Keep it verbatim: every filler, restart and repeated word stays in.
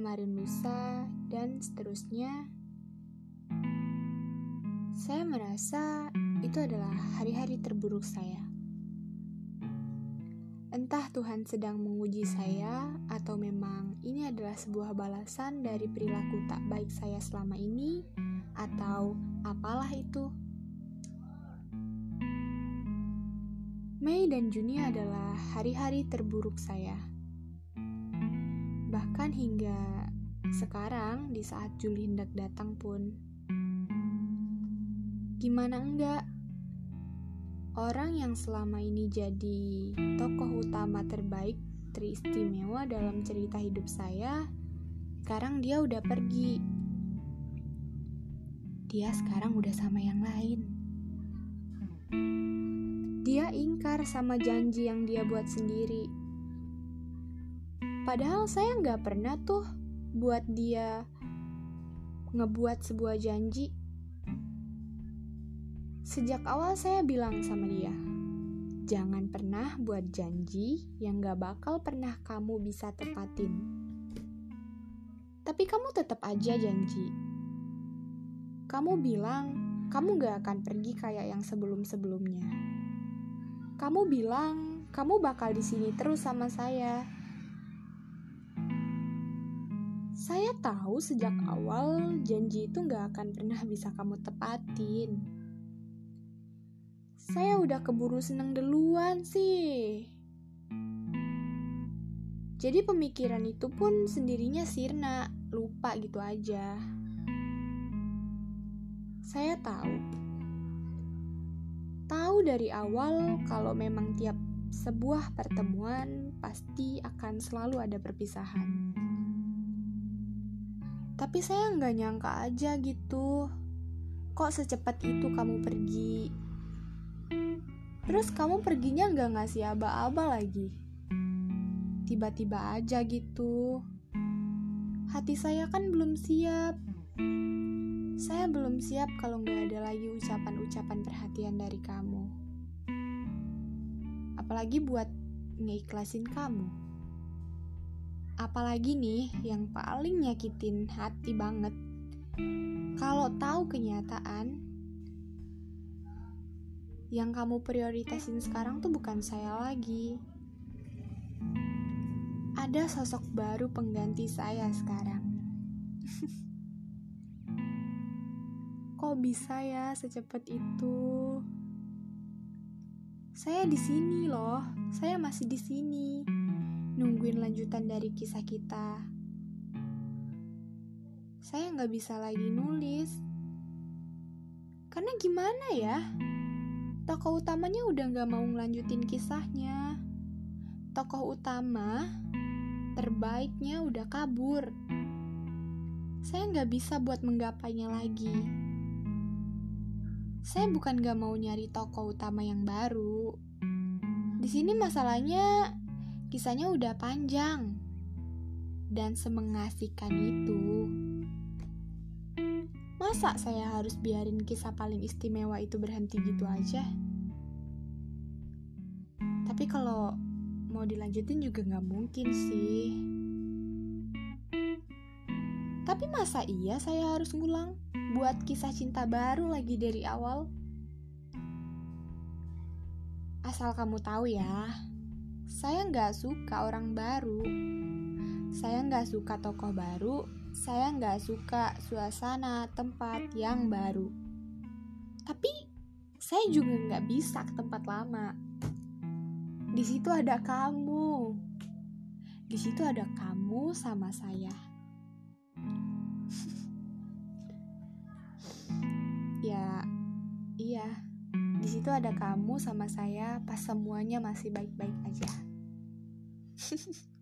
kemarin lusa, dan seterusnya. Saya merasa itu adalah hari-hari terburuk saya. Entah Tuhan sedang menguji saya, atau memang ini adalah sebuah balasan dari perilaku tak baik saya selama ini, atau apalah itu. Mei dan Juni adalah hari-hari terburuk saya. Bahkan hingga sekarang, di saat Juli hendak datang pun, gimana enggak? Orang yang selama ini jadi tokoh utama terbaik, teristimewa dalam cerita hidup saya, sekarang dia udah pergi. Dia sekarang udah sama yang lain. Dia ingkar sama janji yang dia buat sendiri. Padahal saya nggak pernah tuh buat dia ngebuat sebuah janji. Sejak awal saya bilang sama dia, jangan pernah buat janji yang nggak bakal pernah kamu bisa tepatin. Tapi kamu tetap aja janji. Kamu bilang kamu nggak akan pergi kayak yang sebelum-sebelumnya. Kamu bilang kamu bakal di sini terus sama saya. Saya tahu sejak awal janji itu gak akan pernah bisa kamu tepatin. Saya udah keburu seneng duluan sih. Jadi pemikiran itu pun sendirinya sirna, lupa gitu aja. Saya tahu. Tahu dari awal kalau memang tiap sebuah pertemuan pasti akan selalu ada perpisahan. Tapi saya nggak nyangka aja gitu, kok secepat itu kamu pergi. Terus kamu perginya nggak ngasih aba-aba lagi. Tiba-tiba aja gitu. Hati saya kan belum siap. Saya belum siap kalau nggak ada lagi ucapan-ucapan perhatian dari kamu. Apalagi buat ngeikhlasin kamu. Apalagi nih yang paling nyakitin hati banget, kalau tahu kenyataan yang kamu prioritasin sekarang tuh bukan saya lagi. Ada sosok baru pengganti saya sekarang. Kok bisa ya secepat itu? Saya di sini loh, saya masih di sini. Nungguin lanjutan dari kisah kita. Saya nggak bisa lagi nulis. Karena gimana ya? Tokoh utamanya udah nggak mau ngelanjutin kisahnya. Tokoh utama terbaiknya udah kabur. Saya nggak bisa buat menggapainya lagi. Saya bukan nggak mau nyari tokoh utama yang baru. Di sini masalahnya kisahnya udah panjang dan semengasihkan itu. Masa saya harus biarin kisah paling istimewa itu berhenti gitu aja? Tapi kalau mau dilanjutin juga gak mungkin sih. Tapi masa iya saya harus ngulang buat kisah cinta baru lagi dari awal? Asal kamu tahu ya, saya nggak suka orang baru. Saya nggak suka tokoh baru. Saya nggak suka suasana tempat yang baru. Tapi saya juga nggak bisa ke tempat lama. Di situ ada kamu. Di situ ada kamu sama saya. Ya, iya. Di situ ada kamu sama saya pas semuanya masih baik-baik aja.